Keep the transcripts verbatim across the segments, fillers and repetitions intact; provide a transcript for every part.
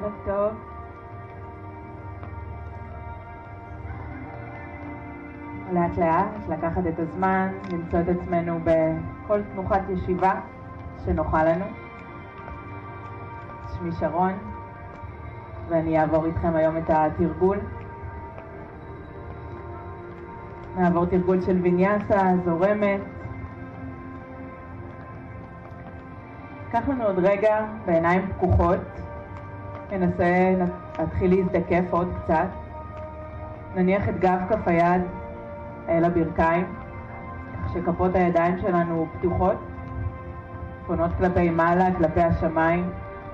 ערב טוב. לאט לאט לקחת את הזמן, למצוא את עצמנו בכל תנוחת ישיבה שנוחה לנו. שמי שרון, ואני אעבור איתכם היום את התרגול. נעבור תרגול של ויניאסה, זורמת. קח לנו עוד רגע בעיניים פקוחות, ננסה להתחיל להזדקף עוד קצת. נניח את גב כף היד אל הברכיים, כך שכפות הידיים שלנו פתוחות, פונות כלפי מעלה, כלפי השמיים.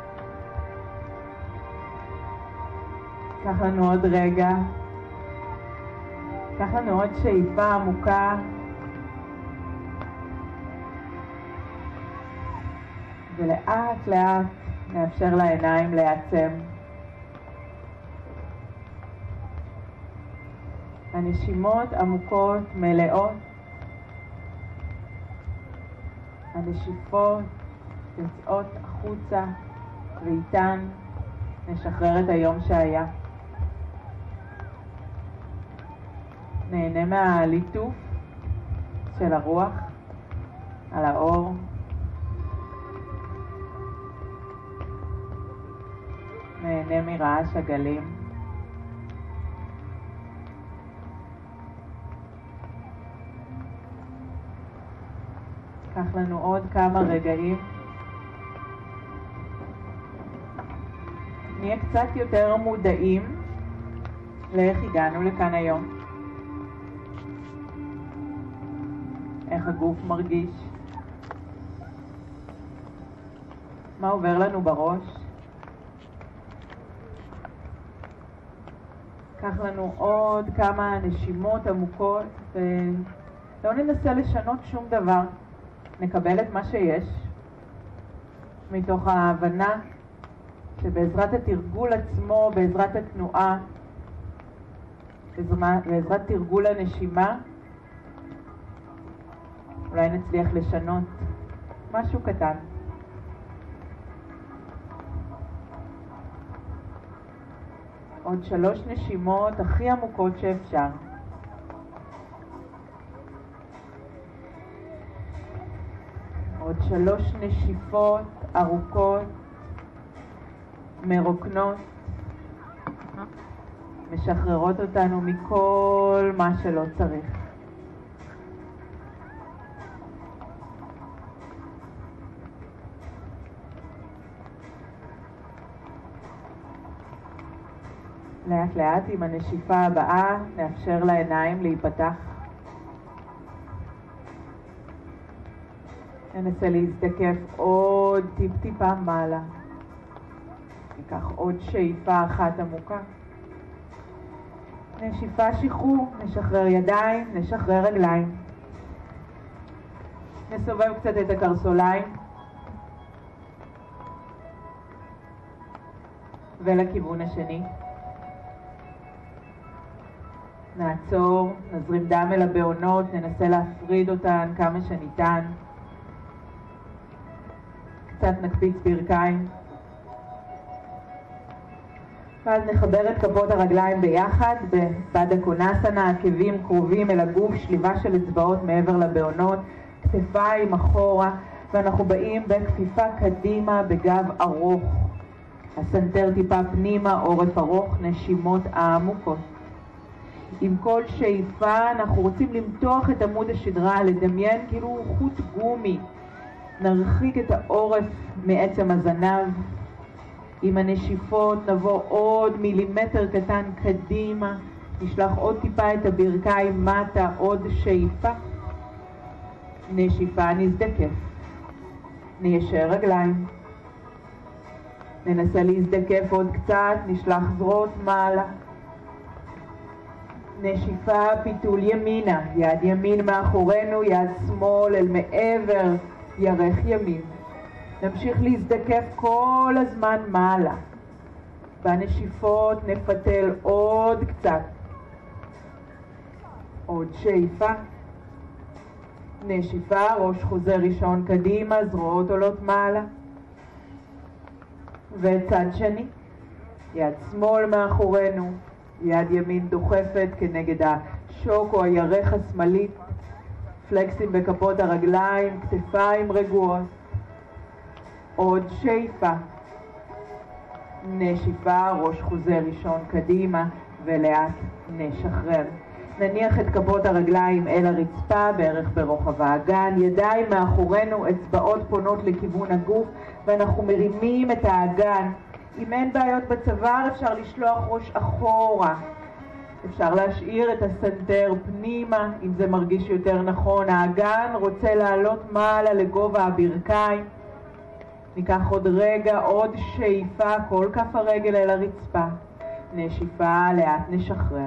קח לנו עוד רגע, קח לנו עוד שאיפה עמוקה, ולאט לאט נאפשר לעיניים להיעצם. הנשימות עמוקות, מלאות. הנשיפות יוצאות החוצה, ואיתן נשחרר את היום שהיה. נהנה מהליטוף של הרוח על האור. נהנה מרעש הגלים. קח לנו עוד כמה רגעים. נהיה קצת יותר מודעים לאיך הגענו לכאן היום. איך הגוף מרגיש. מה עובר לנו בראש. קח לנו עוד כמה נשימות עמוקות ולא ננסה לשנות שום דבר. נקבל את מה שיש מתוך ההבנה שבעזרת התרגול עצמו, בעזרת התנועה, בעזרת תרגול הנשימה, אולי נצליח לשנות משהו קטן. עוד שלוש נשימות הכי עמוקות שאפשר. עוד שלוש נשיפות ארוכות, מרוקנות, משחררות אותנו מכל מה שלא צריך. לאט לאט עם הנשיפה הבאה נאפשר לעיניים להיפתח. ננסה להזדקף עוד טיפ טיפה מעלה. ניקח עוד שאיפה אחת עמוקה. נשיפה שחרור, נשחרר ידיים, נשחרר רגליים. נסובב קצת את הקרסוליים. ולכיוון השני. נעצור, נזרים דם אל הבעונות, ננסה להפריד אותן כמה שניתן. קצת נקפיץ ברכיים. ואז נחבר את כפות הרגליים ביחד בבאדה קונאסנה, עקבים קרובים אל הגוף, שליבה של אצבעות מעבר לבעונות, כתפיים אחורה, ואנחנו באים בכפיפה קדימה בגב ארוך. הסנטר טיפה פנימה, עורף ארוך, נשימות עמוקות. עם כל שאיפה אנחנו רוצים למתוח את עמוד השדרה, לדמיין כאילו חוט גומי. נרחיק את העורף מעצם הזנב. עם הנשיפות נבוא עוד מילימטר קטן קדימה, נשלח עוד טיפה את הברכיים מטה, עוד שאיפה. נשיפה, נזדקף. ניישר רגליים. ננסה להזדקף עוד קצת, נשלח זרועות מעלה. נשיפה, פיתול ימינה, יד ימין מאחורינו, יד שמאל אל מעבר, ירך ימין. נמשיך להזדקף כל הזמן מעלה. בנשיפות נפתל עוד קצת. עוד שאיפה. נשיפה, ראש חוזר ראשון קדימה, זרועות עולות מעלה. וצד שני. יד שמאל מאחורינו, יד ימין דוחפת כנגד השוק או הירך השמאלית, פלקסים בכפות הרגליים, כתפיים רגועות, עוד שאיפה, נשיפה, ראש חוזר ראשון קדימה ולאט נשחרר. נניח את כפות הרגליים אל הרצפה בערך ברוחב האגן, ידיים מאחורינו, אצבעות פונות לכיוון הגוף ואנחנו מרימים את האגן. אם אין בעיות בצוואר אפשר לשלוח ראש אחורה, אפשר להשאיר את הסנטר פנימה אם זה מרגיש יותר נכון. האגן רוצה לעלות מעלה לגובה הברכיים. ניקח עוד רגע, עוד שאיפה, כל כף הרגל אל הרצפה, נשיפה, לאט נשחרר.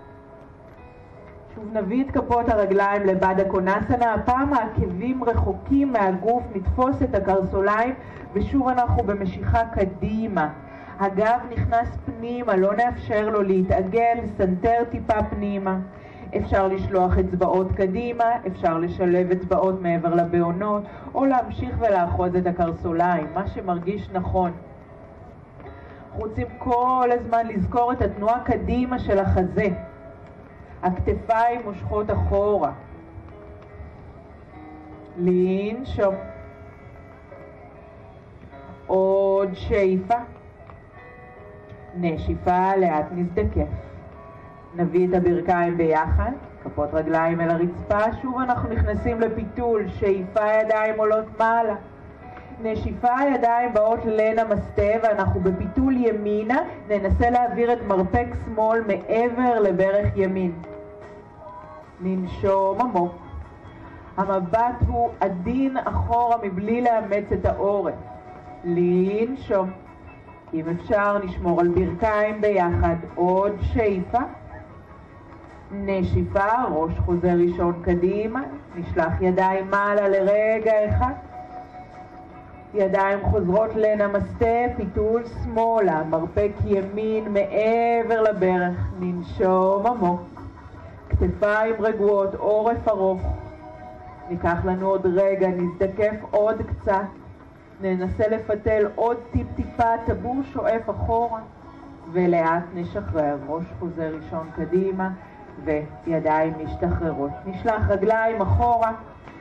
שוב נביא את כפות הרגליים לבאדה קונאסנה, הפעם העקבים רחוקים מהגוף, נתפוס את הקרסוליים ושוב אנחנו במשיכה קדימה. הגב נכנס פנימה, לא נאפשר לו להתעגל, סנטר טיפה פנימה. אפשר לשלוח אצבעות קדימה, אפשר לשלב אצבעות מעבר לבעונות, או להמשיך ולאחוז את הקרסוליים, מה שמרגיש נכון. אנחנו רוצים כל הזמן לזכור את התנועה קדימה של החזה. הכתפיים מושכות אחורה. לנשום. עוד שאיפה. נשיפה, לאט נזדקף. נביא את הברכיים ביחד, כפות רגליים אל הרצפה, שוב אנחנו נכנסים לפיתול, שאיפה ידיים עולות מעלה. נשיפה ידיים באות לנמסטה ואנחנו בפיתול ימינה, ננסה להעביר את מרפק שמאל מעבר לברך ימין. ננשום עמוק. המבט הוא עדין אחורה מבלי לאמץ את העורף. לנשום. אם אפשר נשמור על ברכיים ביחד, עוד שאיפה. נשיפה, ראש חוזר ראשון קדימה, נשלח ידיים מעלה לרגע אחד. ידיים חוזרות לנמסטה, פיתול שמאלה, מרפק ימין מעבר לברך, ננשום עמוק. כתפיים רגועות, עורף ארוך. ניקח לנו עוד רגע, נזדקף עוד קצת. ננסה לפתל עוד טיפ טיפה, טבור שואף אחורה. ולאט נשחרר, ראש חוזר ראשון קדימה וידיים משתחררות. נשלח רגליים אחורה.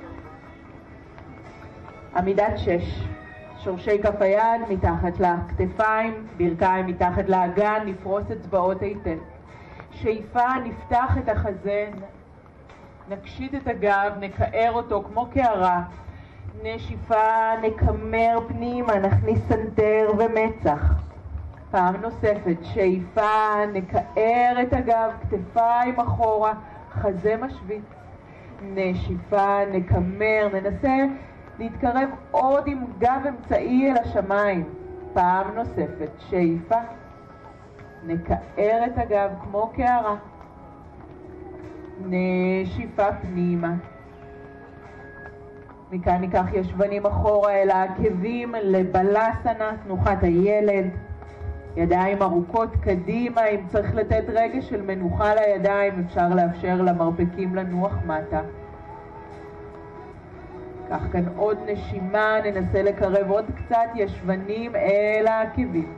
עמידת שש. שורשי כף היד מתחת לכתפיים, ברכיים מתחת לאגן, נפרוס אצבעות היטב. שאיפה, נפתח את החזה, נקשיט את הגב, נקער אותו כמו קערה. נשיפה, נקמר פנימה, נכניס סנטר ומצח. פעם נוספת, שאיפה, נקער את הגב, כתפיים אחורה, חזה משוויץ. נשיפה, נקמר, ננסה להתקרב עוד עם גב אמצעי אל השמיים. פעם נוספת, שאיפה, נקער את הגב כמו קערה. נשיפה פנימה. מכאן ניקח ישבנים אחורה אל העקבים, לבלסנה, תנוחת הילד. ידיים ארוכות קדימה, אם צריך לתת רגע של מנוחה לידיים, אפשר לאפשר למרפקים לנוח מטה. כך כאן עוד נשימה, ננסה לקרב עוד קצת ישבנים אל העקבים.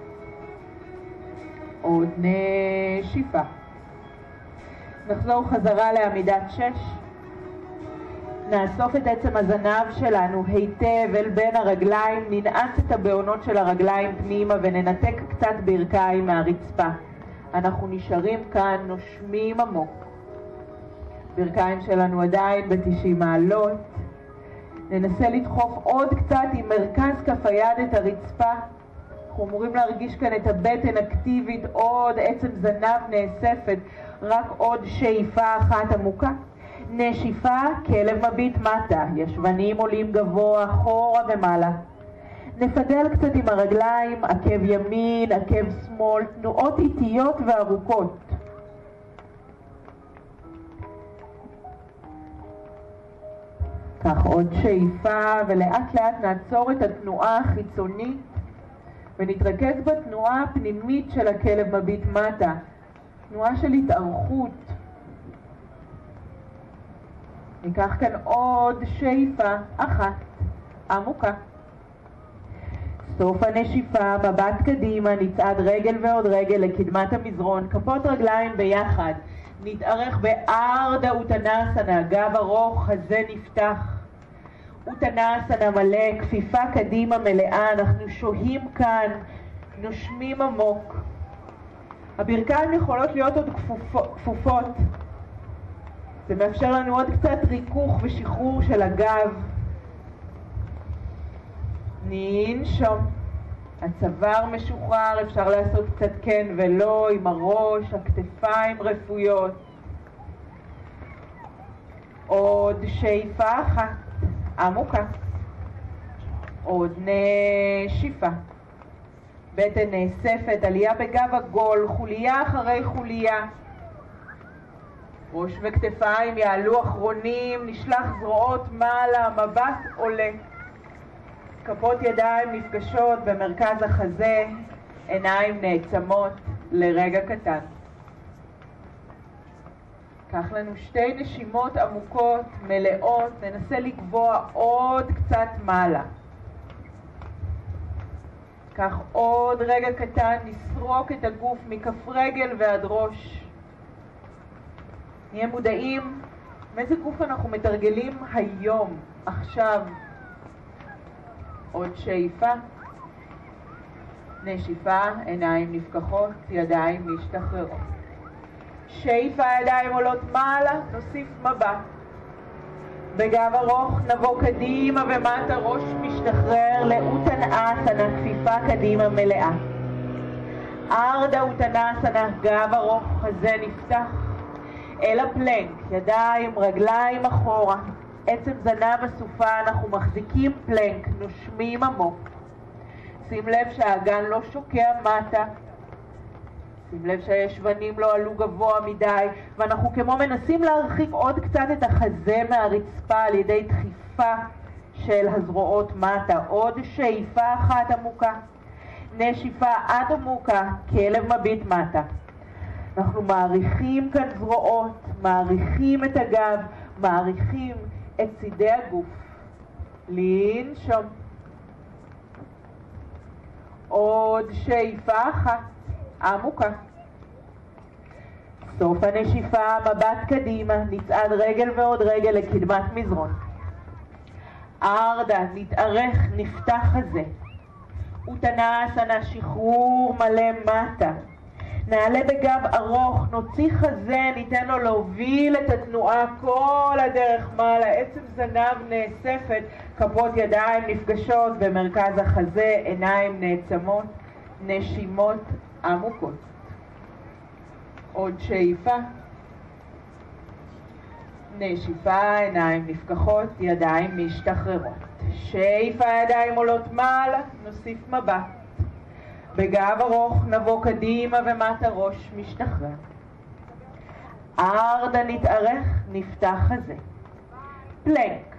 עוד נשיפה. נחזור חזרה לעמידת שש. נאסוף את עצם הזנב שלנו היטב אל בין הרגליים, ננעץ את הבעונות של הרגליים פנימה וננתק קצת ברכיים מהרצפה. אנחנו נשארים כאן, נושמים עמוק. ברכיים שלנו עדיין ב-תשעים מעלות. ננסה לדחוף עוד קצת עם מרכז כף היד את הרצפה. אנחנו אמורים להרגיש כאן את הבטן אקטיבית, עוד עצם זנב נאספת, רק עוד שאיפה אחת עמוקה. נשיפה, כלב מביט מטה, ישבנים עולים גבוה, אחורה ומעלה. נפדל קצת עם הרגליים, עקב ימין, עקב שמאל, תנועות איטיות וארוכות. כך עוד שאיפה, ולאט לאט נעצור את התנועה החיצונית ונתרכז בתנועה הפנימית של הכלב מביט מטה, תנועה של התארכות. ניקח כאן עוד שאיפה אחת עמוקה. סוף הנשיפה, מבט קדימה, נצעד רגל ועוד רגל לקדמת המזרון, כפות רגליים ביחד. נתארך בארדה אוטנסנה, גב ארוך, חזה נפתח. אוטנסנה מלא, כפיפה קדימה מלאה, אנחנו שוהים כאן, נושמים עמוק. הברכיים יכולות להיות עוד כפופות. זה מאפשר לנו עוד קצת ריכוך ושחרור של הגב. ננשום. הצוואר משוחרר, אפשר לעשות קצת כן ולא עם הראש, הכתפיים רפויות. עוד שאיפה אחת, עמוקה. עוד נשיפה. בטן נאספת, עלייה בגב עגול, חוליה אחרי חוליה. ראש וכתפיים יעלו אחרונים, נשלח זרועות מעלה, מבט עולה. כפות ידיים נפגשות במרכז החזה, עיניים נעצמות לרגע קטן. קח לנו שתי נשימות עמוקות, מלאות, ננסה לקבוע עוד קצת מעלה. קח עוד רגע קטן, נסרוק את הגוף מכף רגל ועד ראש. נהיה מודעים מאיזה גוף אנחנו מתרגלים היום, עכשיו. עוד שאיפה, נשיפה, עיניים נפקחות, ידיים משתחררות. שאיפה, ידיים עולות מעלה, נוסיף מבט. בגב ארוך נבוא קדימה ומטה, ראש משתחרר לאוטנסנה, כפיפה קדימה מלאה. ארדה אוטנסנה, גב ארוך, חזה נפתח. אל הפלנק, ידיים, רגליים אחורה. עצם זנב הסופה, אנחנו מחזיקים פלנק, נושמים עמוק. שים לב שהאגן לא שוקע מטה. שים לב שהישבנים לא עלו גבוה מדי, ואנחנו כמו מנסים להרחיק עוד קצת את החזה מהרצפה על ידי דחיפה של הזרועות מטה. עוד שאיפה אחת עמוקה. נשיפה עד עמוקה, כלב מביט מטה. אנחנו מעריכים כאן זרועות, מעריכים את הגב, מעריכים את צידי הגוף. לנשום. עוד שאיפה אחת עמוקה. סוף הנשיפה, מבט קדימה, נצעד רגל ועוד רגל לקדמת מזרון. ארדה, נתארך, נפתח חזה. אוטנסנה, שחרור מלא מטה. נעלה בגב ארוך, נוציא חזה, ניתן לו להוביל את התנועה כל הדרך מעלה. עצם זנב נאספת, כפות ידיים נפגשות במרכז החזה, עיניים נעצמות, נשימות עמוקות. עוד שאיפה. נשיפה, עיניים נפקחות, ידיים משתחררות. שאיפה, ידיים עולות מעלה, נוסיף מבט. בגב ארוך נבוא קדימה ומטה, ראש משתחרר. ארדה נתארך, נפתח חזה. פלנק.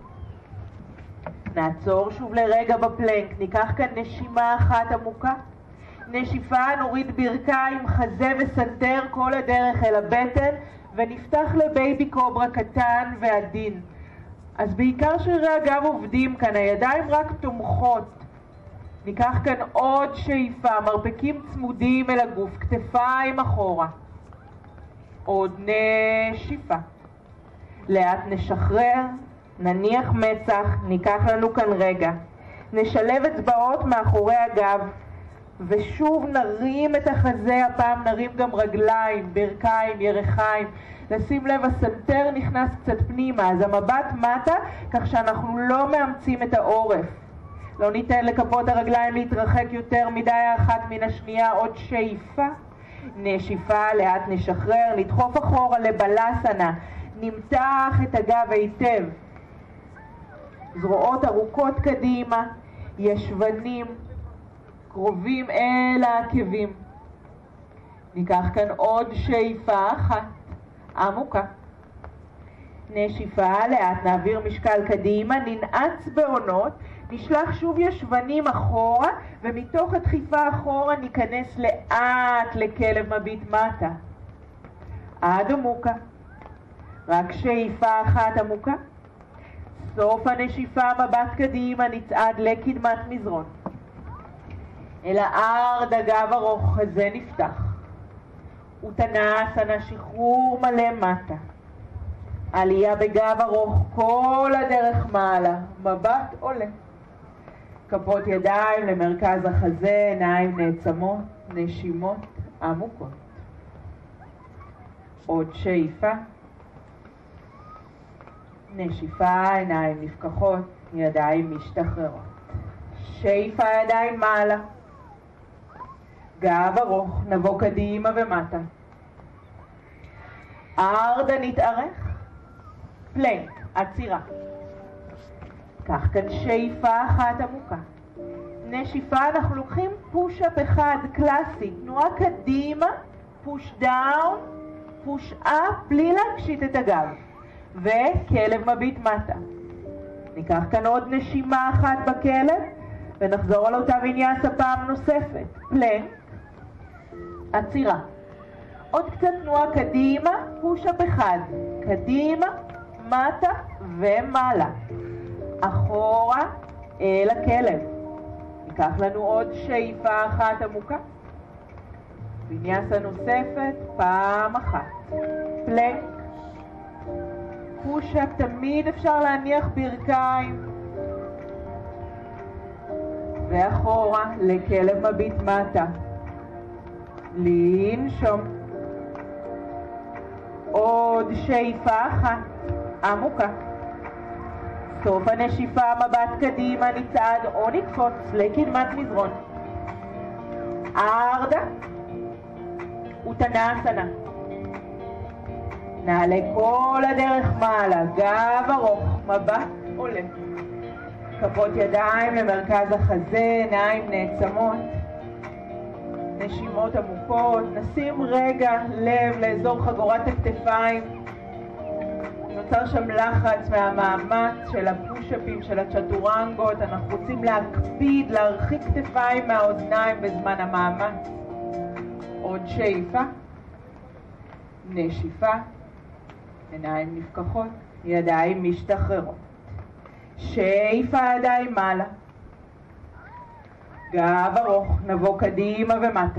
נעצור שוב לרגע בפלנק, ניקח כאן נשימה אחת עמוקה. נשיפה, נוריד ברכיים, חזה וסנטר כל הדרך אל הבטן, ונפתח לבייבי קוברה קטן ועדין. אז בעיקר שרירי הגב עובדים כאן, הידיים רק תומכות. ניקח כאן עוד שאיפה, מרפקים צמודים אל הגוף, כתפיים אחורה. עוד נשיפה. לאט נשחרר, נניח מצח, ניקח לנו כאן רגע. נשלב אצבעות מאחורי הגב, ושוב נרים את החזה, הפעם נרים גם רגליים, ברכיים, ירחיים. לשים לב, הסנטר נכנס קצת פנימה, אז המבט מטה, כך שאנחנו לא מאמצים את העורף. לא ניתן לכפות הרגליים להתרחק יותר מדי האחת מן השנייה. עוד שאיפה, נשיפה, לאט נשחרר, נדחוף אחורה לבלסנה, נמתח את הגב היטב. זרועות ארוכות קדימה, ישבנים קרובים אל העקבים. ניקח כאן עוד שאיפה אחת עמוקה. נשיפה, לאט נעביר משקל קדימה, ננעץ בעונות, נשלח שוב ישבנים אחורה, ומתוך הדחיפה אחורה ניכנס לאט לכלב מביט מטה. עד עמוקה. רק שאיפה אחת עמוקה. סוף הנשיפה, מבט קדימה, נצעד לקדמת מזרון. אל הארדה, גב ארוך, חזה נפתח. וטנסנה, שחרור מלא מטה. עלייה בגב ארוך, כל הדרך מעלה, מבט עולה. כפות ידיים למרכז החזה, עיניים נעצמות, נשימות עמוקות. עוד שאיפה. נשיפה, עיניים נפקחות, ידיים משתחררות. שאיפה, ידיים מעלה. גב ארוך, נבוא קדימה ומטה. ארדה נתארך. פלנק, עצירה. קח כאן שאיפה אחת עמוקה. נשיפה, אנחנו לוקחים פוש-אפ אחד קלאסי. תנועה קדימה, פוש דאון, פוש אפ, בלי להקשיט את הגב. וכלב מביט מטה. ניקח כאן עוד נשימה אחת בכלב, ונחזור על אותה ויניאסה פעם נוספת. פלנק, עצירה. עוד קצת תנועה קדימה, פוש-אפ אחד. קדימה, מטה ומעלה. אחורה אל הכלב. ניקח לנו עוד שאיפה אחת עמוקה. ויניאסה נוספת, פעם אחת. פלנק. פוש-אפ, תמיד אפשר להניח ברכיים. ואחורה לכלב מביט מטה. לנשום. עוד שאיפה אחת עמוקה. סוף הנשיפה, מבט קדימה, נצעד או נקפוץ לקדמת מזרון. ארדה וטנסנה. נעלה כל הדרך מעלה, גב ארוך, מבט עולה. כפות ידיים למרכז החזה, עיניים נעצמות. נשימות עמוקות. נשים רגע לב לאזור חגורת הכתפיים. נוצר שם לחץ מהמאמץ של הפוש-אפים, של הצ'טורנגות. אנחנו רוצים להקפיד, להרחיק כתפיים מהאוזניים בזמן המאמץ. עוד שאיפה. נשיפה. עיניים נפקחות, ידיים משתחררות. שאיפה, ידיים מעלה. גב ארוך, נבוא קדימה ומטה.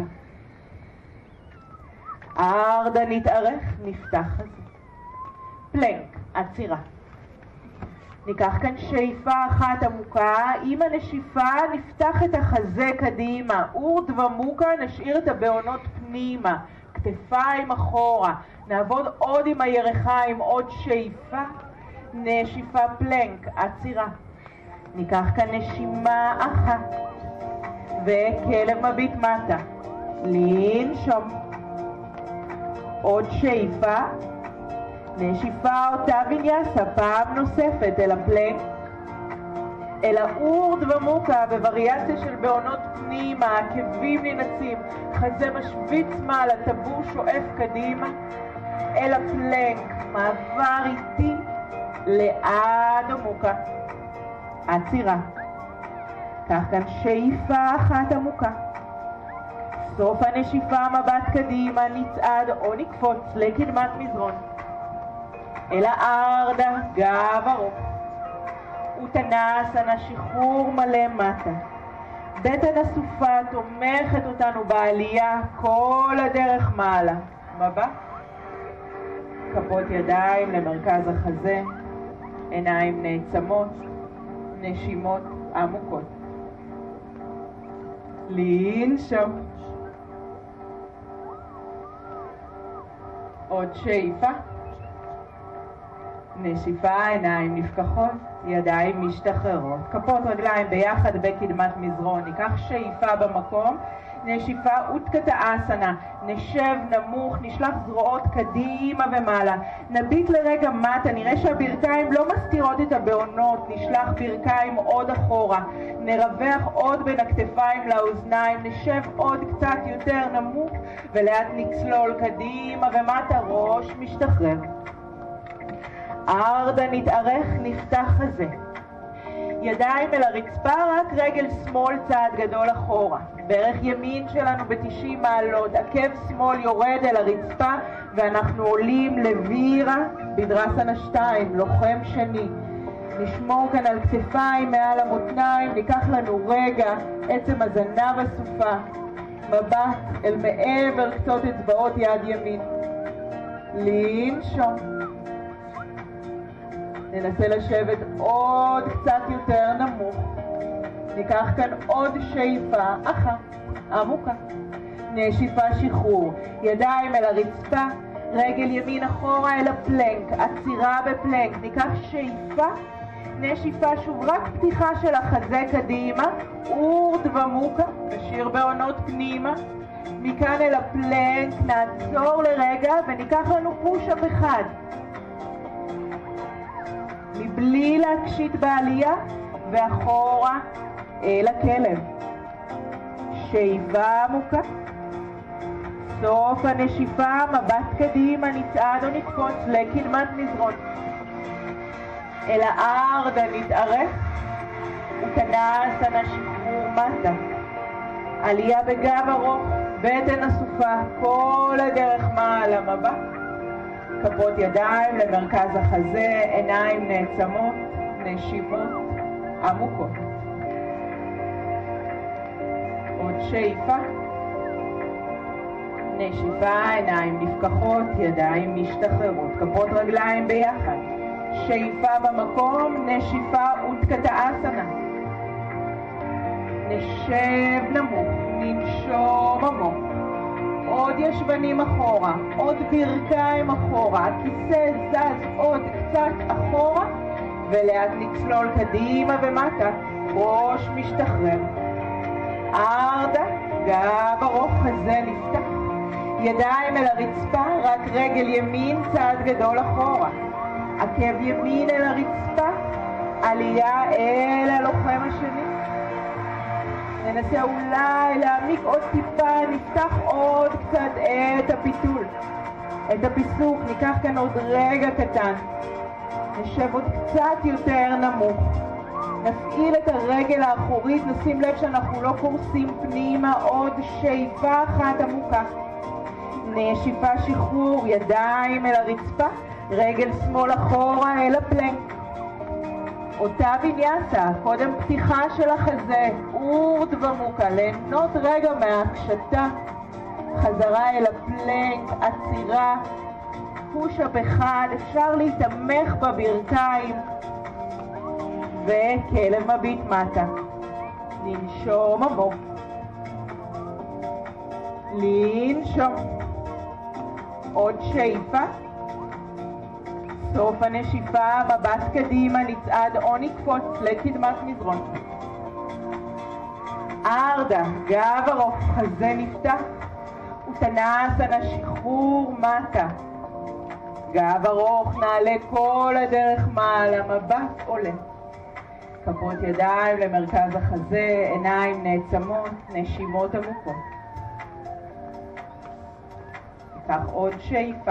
ארדה נתארך, נפתח חזה. פלנק, עצירה. ניקח כאן שאיפה אחת עמוקה. עם הנשיפה נפתח את החזה קדימה. אורדווה מוקה, נשאיר את הבעונות פנימה. כתפיים אחורה. נעבוד עוד עם הירכיים, עוד שאיפה. נשיפה, פלנק, עצירה. ניקח כאן נשימה אחת. וכלב מביט מטה. לנשום. עוד שאיפה. נשיפה, אותה ויניאסה, פעם נוספת אל הפלנק. אל האורדווה מוקה בווריאציה של בעונות פנימה, עקבים ננצים, חזה משוויץ מעלה, טבור שואף קדימה. אל הפלנק, מעבר איטי לאדו מוקה. עצירה. קח כאן שאיפה אחת עמוקה. סוף הנשיפה, מבט קדימה, נצעד או נקפוץ לקדמת מזרון. אל הארדה, גב ארוך. וטנסנה, שחרור מלא מטה. בטן אסופה תומכת אותנו בעלייה כל הדרך מעלה. מבט. כפות ידיים למרכז החזה. עיניים נעצמות. נשימות עמוקות. לנשום. עוד שאיפה. נשיפה, עיניים נפקחות, ידיים משתחררות. כפות רגליים ביחד בקדמת מזרון. ניקח שאיפה במקום. נשיפה אוטקטה אסנה. נשב נמוך, נשלח זרועות קדימה ומעלה. נביט לרגע מטה, נראה שהברכיים לא מסתירות את הבעונות. נשלח ברכיים עוד אחורה. נרווח עוד בין הכתפיים לאוזניים. נשב עוד קצת יותר נמוך ולאט נצלול קדימה ומטה, ראש משתחרר. ארדה נתארך, נפתח חזה. ידיים אל הרצפה, רק רגל שמאל צעד גדול אחורה. ברך ימין שלנו ב-תשעים מעלות, עקב שמאל יורד אל הרצפה, ואנחנו עולים לווירה בדרסנה שתיים, לוחם שני. נשמור כאן על כתפיים מעל המותניים, ניקח לנו רגע, עצם הזנב הסופה, מבט אל מעבר קצות אצבעות יד ימין. לנשום. ננסה לשבת עוד קצת יותר נמוך. ניקח כאן עוד שאיפה אחת, עמוקה. נשיפה שחרור, ידיים אל הרצפה, רגל ימין אחורה אל הפלנק, עצירה בפלנק. ניקח שאיפה, נשיפה שוב, רק פתיחה של החזה קדימה, אורדווה מוקה, נשאיר בעונות פנימה. מכאן אל הפלנק, נעצור לרגע וניקח לנו פוש-אפ אחד. מבלי להקשיט בעלייה, ואחורה אל הכלב. שאיבה עמוקה. סוף הנשיפה, מבט קדימה, נצעד או נקפוץ לקדמת מזרון. אל הארדה נתארך, וקנאסנה שחרור מטה. עלייה בגב ארוך, בטן אסופה, כל הדרך מעלה, מבט. כפות ידיים למרכז החזה, עיניים נעצמות, נשימות עמוקות. עוד שאיפה. נשיפה, עיניים נפקחות, ידיים משתחררות, כפות רגליים ביחד. שאיפה במקום, נשיפה אוטקטאסנה. נשב נמוך, ננשום עמוק. עוד ישבנים אחורה, עוד ברכיים אחורה, הכיסא זז עוד קצת אחורה, ולאט נצלול קדימה ומטה, ראש משתחרר. ארדה, גב ארוך, חזה נפתח. ידיים אל הרצפה, רק רגל ימין, צעד גדול אחורה. עקב ימין אל הרצפה, עלייה אל הלוחם השני. ננסה אולי להעמיק עוד טיפה, נפתח עוד קצת את הפיתול, את הפיסוק. ניקח כאן עוד רגע קטן, נשב עוד קצת יותר נמוך, נפעיל את הרגל האחורית, נשים לב שאנחנו לא קורסים פנימה. עוד שאיפה אחת עמוקה. נשיפה שחרור, ידיים אל הרצפה, רגל שמאל אחורה אל הפלנק. אותה ויניאסה, קודם פתיחה של החזה, אורדווה מוקה, ליהנות רגע מההקשתה. חזרה אל הפלנק, עצירה, פוש-אפ אחד, אפשר להתאמך בברכיים. וכלב מביט מטה. לנשום עמוק. לנשום. עוד שאיפה. סוף הנשיפה, מבט קדימה, נצעד או נקפוץ לקדמת מזרון. ארדה, גב ארוך, חזה נפתח. ותנאסנה, שחרור מטה. גב ארוך, נעלה כל הדרך מעלה, מבט עולה. כפות ידיים למרכז החזה, עיניים נעצמות, נשימות עמוקות. ניקח עוד שאיפה.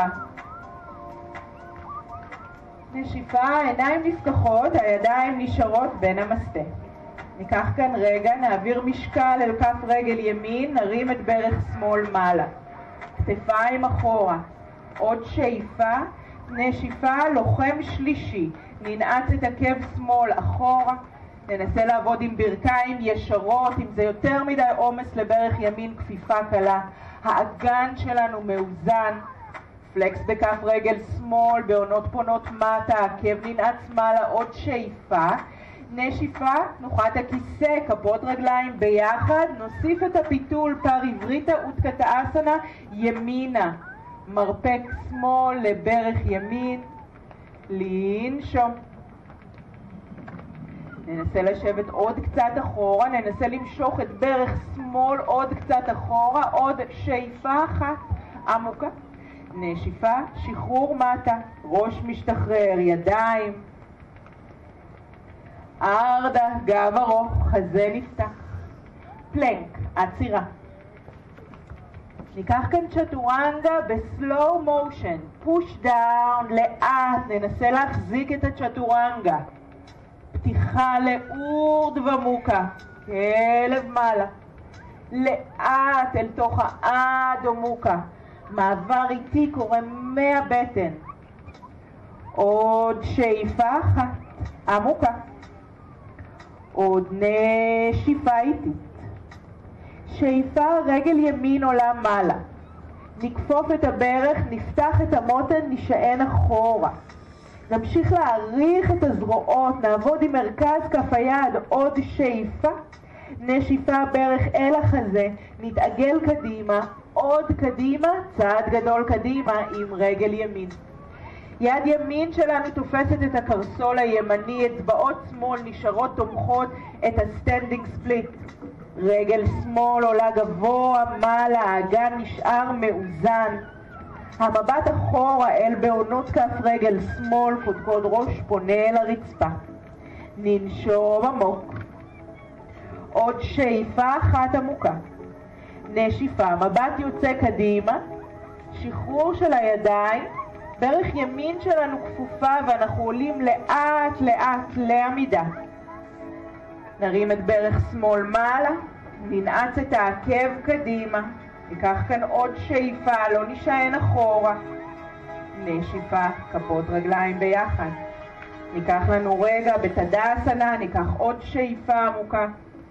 נשיפה, עיניים נפקחות, הידיים נשארות בין המסטה. ניקח כאן רגע, נעביר משקל אל כף רגל ימין, נרים את ברך שמאל מעלה. כתפיים אחורה. עוד שאיפה, נשיפה, לוחם שלישי. ננעץ את עקב שמאל אחורה. ננסה לעבוד עם ברכיים ישרות, אם זה יותר מדי עומס לברך ימין, כפיפה קלה. האגן שלנו מאוזן. פלקס בכף רגל שמאל, בעונות פונות מטה, עקב ננעץ מעלה. עוד שאיפה. נשיפה, תנוחת הכיסא, כפות רגליים ביחד. נוסיף את הפיתול, פריבריטה אוטקטאסנה, ימינה. מרפק שמאל לברך ימין. לנשום. ננסה לשבת עוד קצת אחורה, ננסה למשוך את ברך שמאל עוד קצת אחורה. עוד שאיפה אחת עמוקה. נשיפה, שחרור מטה, ראש משתחרר, ידיים. ארדה, גב ארוך, חזה נפתח. פלנק, עצירה. ניקח כאן צ'טורנגה בסלואו מושן, פוש דאון, לאט, ננסה להחזיק את הצ'טורנגה. פתיחה לאורדווה מוקה, כלב מעלה. לאט אל תוך האדו מוקה, מעבר איטי קורה מהבטן. עוד שאיפה אחת. עמוקה. עוד נשיפה איטית. שאיפה, רגל ימין עולה מעלה. נכפוף את הברך, נפתח את המותן, נשען אחורה. נמשיך להעריך את הזרועות, נעבוד עם מרכז כף היד, עוד שאיפה. נשיפה ברך אל החזה, נתעגל קדימה, עוד קדימה, צעד גדול קדימה עם רגל ימין. יד ימין שלנו תופסת את הקרסול הימני, אצבעות שמאל נשארות תומכות את הסטנדינג ספליט. רגל שמאל עולה גבוה, מעלה, האגן נשאר מאוזן. המבט אחורה אל בעונות כף רגל שמאל, קודקוד ראש פונה אל הרצפה. ננשום עמוק. עוד שאיפה אחת עמוקה. נשיפה, מבט יוצא קדימה, שחרור של הידיים, ברך ימין שלנו כפופה ואנחנו עולים לאט לאט לעמידה. נרים את ברך שמאל מעלה, ננעץ את העקב קדימה, ניקח כאן עוד שאיפה, לא נשען אחורה. נשיפה, כפות רגליים ביחד. ניקח לנו רגע בתדאסנה, ניקח עוד שאיפה עמוקה.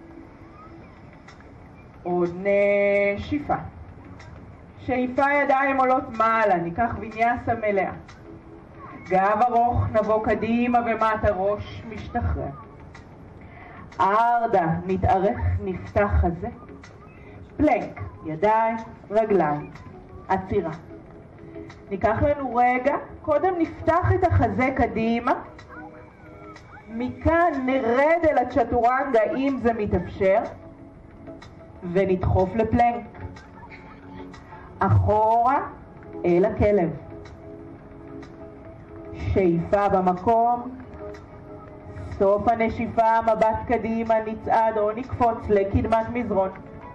עוד נשיפה. שאיפה, ידיים עולות מעלה, ניקח ויניאסה מלאה. גב ארוך, נבוא קדימה ומטה, ראש משתחרר. ארדה, נתארך, נפתח חזה. פלנק, ידיים, רגליים, עצירה. ניקח לנו רגע, קודם נפתח את החזה קדימה. מכאן נרד אל הצ'טורנגה אם זה מתאפשר. ונדחוף לפלנק. אחורה אל הכלב. שאיפה במקום. סוף הנשיפה, מבט קדימה, נצעד או נקפוץ לקדמת מזרון.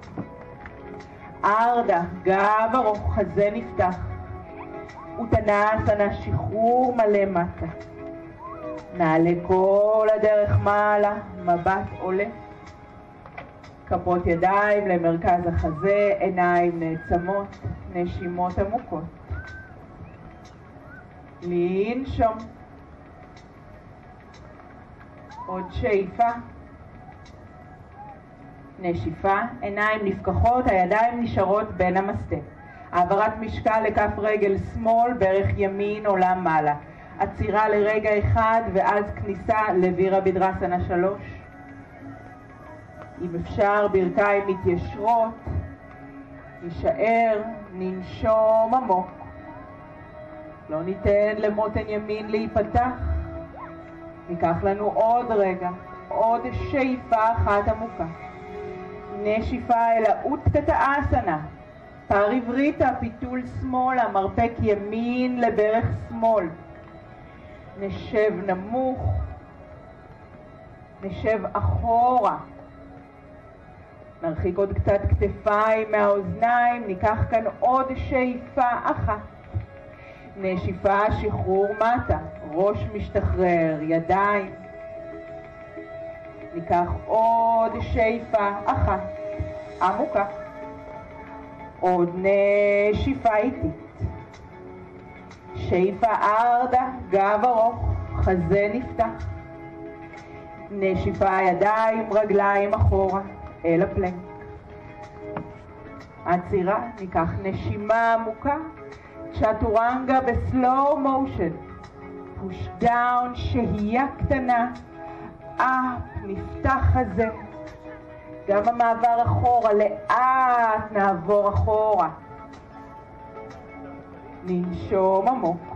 ארדה, גב ארוך, חזה נפתח. ותנאסנה, שחרור מלא מטה. נעלה כל הדרך מעלה, מבט עולה. כפות ידיים למרכז החזה, עיניים נעצמות, נשימות עמוקות. לנשום. עוד שאיפה. נשיפה, עיניים נפקחות, הידיים נשארות בין המסטה. העברת משקל לכף רגל שמאל, ברך ימין עולה מעלה. עצירה לרגע אחד ואז כניסה לווירבהדראסנה שלוש. אם אפשר, ברכיים מתיישרות, נשאר, ננשום עמוק. לא ניתן למותן ימין להיפתח. ניקח לנו עוד רגע, עוד שאיפה אחת עמוקה. נשיפה אל האוטקטאסנה, פריבריטה, פיתול שמאלה, מרפק ימין לברך שמאל. נשב נמוך, נשב אחורה. נרחיק עוד קצת כתפיים מהאוזניים, ניקח כאן עוד שאיפה אחת. נשיפה, שחרור מטה, ראש משתחרר, ידיים. ניקח עוד שאיפה אחת, עמוקה. עוד נשיפה איטית. שאיפה ארדה, גב ארוך, חזה נפתח. נשיפה, ידיים, רגליים אחורה, אל הפלנק. עצירה, ניקח נשימה עמוקה. צ'טורנגה בסלואו מושן. פוש דאון, שהייה קטנה. אפ, נפתח חזה. גם המעבר אחורה, לאט נעבור אחורה. ננשום עמוק.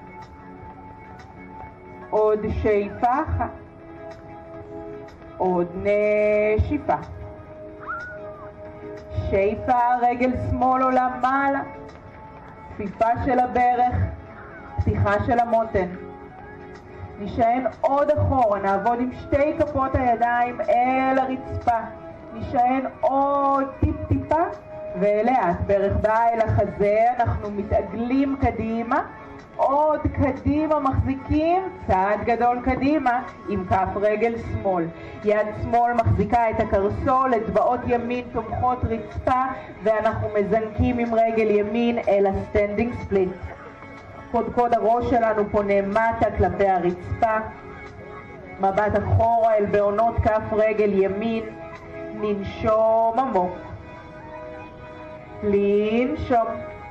עוד שאיפה אחת. עוד נשיפה. שאיפה, רגל שמאל עולה מעלה. כפיפה של הברך, פתיחה של המותן. נשען עוד אחורה, נעבוד עם שתי כפות הידיים אל הרצפה. נשען עוד טיפ טיפה ולאט, ברך באה אל החזה, אנחנו מתעגלים קדימה. עוד קדימה, מחזיקים, צעד גדול קדימה עם כף רגל שמאל. יד שמאל מחזיקה את הקרסול, אצבעות ימין תומכות רצפה, ואנחנו מזנקים עם רגל ימין אל הסטנדינג ספליט. קודקוד הראש שלנו פונה מטה כלפי הרצפה. מבט אחורה אל בעונות כף רגל ימין, ננשום עמוק. לנשום.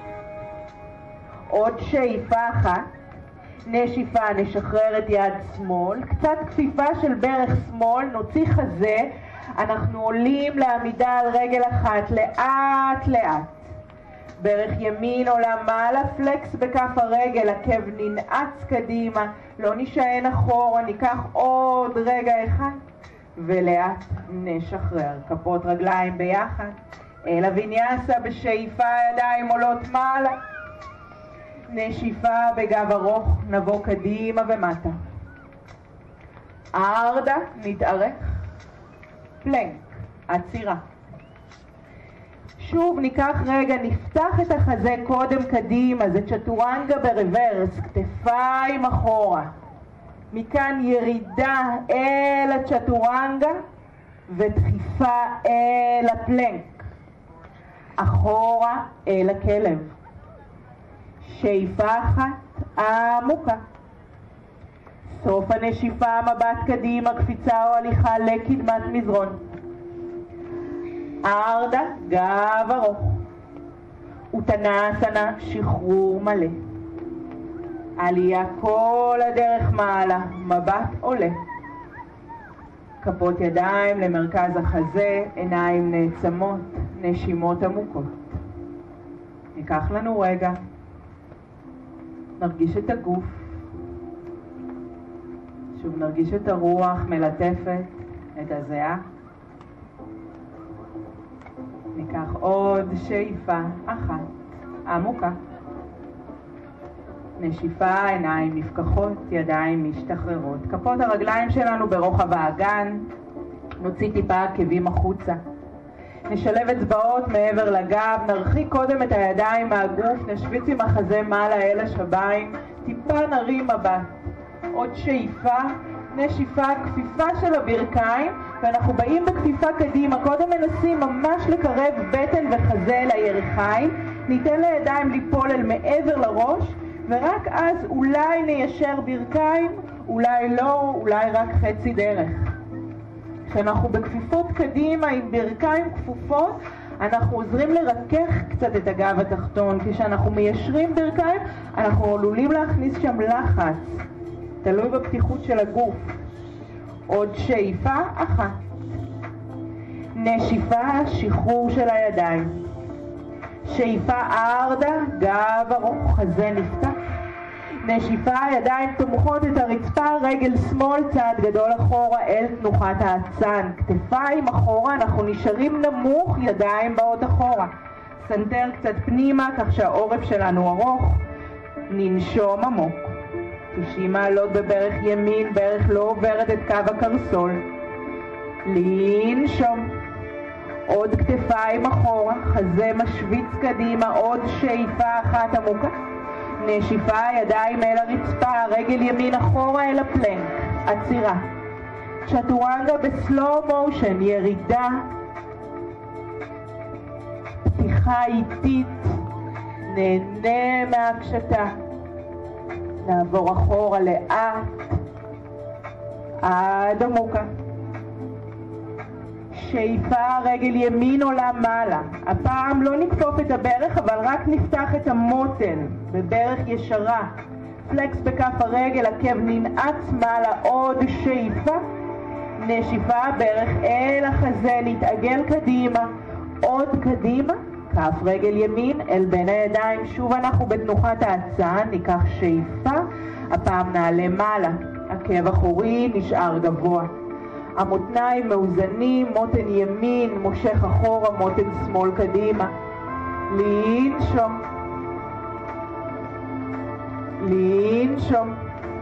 עוד שאיפה אחת. נשיפה, נשחרר את יד שמאל, קצת כפיפה של ברך שמאל, נוציא חזה, אנחנו עולים לעמידה על רגל אחת, לאט לאט. ברך ימין עולה מעלה, פלקס בכף הרגל, עקב ננעץ קדימה, לא נשען אחורה, ניקח עוד רגע אחד, ולאט נשחרר. כפות רגליים ביחד, אל הוויניאסה בשאיפה, ידיים עולות מעלה. נשיפה בגב ארוך, נבוא קדימה ומטה. ארדה, נתארך. פלנק, עצירה. שוב ניקח רגע, נפתח את החזה קודם קדימה, זה צ'טורנגה ברוורס, כתפיים אחורה. מכאן ירידה אל הצ'טורנגה ודחיפה אל הפלנק. אחורה אל הכלב. שאיפה אחת עמוקה. סוף הנשיפה, מבט קדימה, קפיצה או הליכה לקדמת מזרון. ארדה, גב ארוך. וטנסנה, שחרור מלא. עלייה כל הדרך מעלה, מבט עולה. כפות ידיים למרכז החזה, עיניים נעצמות, נשימות עמוקות. ניקח לנו רגע. נרגיש את הגוף, שוב נרגיש את הרוח מלטפת את הזיעה. ניקח עוד שאיפה אחת עמוקה. נשיפה, עיניים נפקחות, ידיים משתחררות. כפות הרגליים שלנו ברוחב האגן, נוציא טיפה עקבים החוצה. נשלב אצבעות מעבר לגב, נרחיק קודם את הידיים מהגוף, נשוויץ עם החזה מעלה אל השביים, טיפה נרים מבט. עוד שאיפה, נשיפה, כפיפה של הברכיים, ואנחנו באים בכפיפה קדימה, קודם מנסים ממש לקרב בטן וחזה אל הירכיים, ניתן לידיים ליפול אל מעבר לראש, ורק אז אולי ניישר ברכיים, אולי לא, אולי רק חצי דרך. כשאנחנו בכפיפות קדימה עם ברכיים כפופות, אנחנו עוזרים לרכך קצת את הגב התחתון. כשאנחנו מיישרים ברכיים, אנחנו עלולים להכניס שם לחץ. תלוי בפתיחות של הגוף. עוד שאיפה אחת. נשיפה, שחרור של הידיים. שאיפה ארדה, גב ארוך, חזה נפתח. נשיפה, ידיים תומכות את הרצפה, רגל שמאל צעד גדול אחורה אל תנוחת האצן. כתפיים אחורה, אנחנו נשארים נמוך, ידיים באות אחורה. סנטר קצת פנימה, כך שהעורף שלנו ארוך. ננשום עמוק. תשעים מעלות בברך ימין, ברך לא עוברת את קו הקרסול. לנשום. עוד כתפיים אחורה, חזה משוויץ קדימה, עוד שאיפה אחת עמוקה. נשיפה, ידיים אל הרצפה, רגל ימין אחורה אל הפלנק, עצירה. צ'טורנגה בסלואו מושן, ירידה, פתיחה איטית, נהנה מהקשתה. נעבור אחורה לאט, עד עמוקה. שאיפה, רגל ימין עולה מעלה. הפעם לא נקפוף את הברך, אבל רק נפתח את המותן בברך ישרה. פלקס בכף הרגל, עקב ננעץ מעלה. עוד שאיפה. נשיפה, ברך אל החזה, נתעגל קדימה. עוד קדימה, כף רגל ימין אל בין הידיים. שוב אנחנו בתנוחת האצן, ניקח שאיפה. הפעם נעלה מעלה. עקב אחורי נשאר גבוה. המותניים מאוזנים, מותן ימין, מושך אחורה, מותן שמאל קדימה. לנשום. לנשום.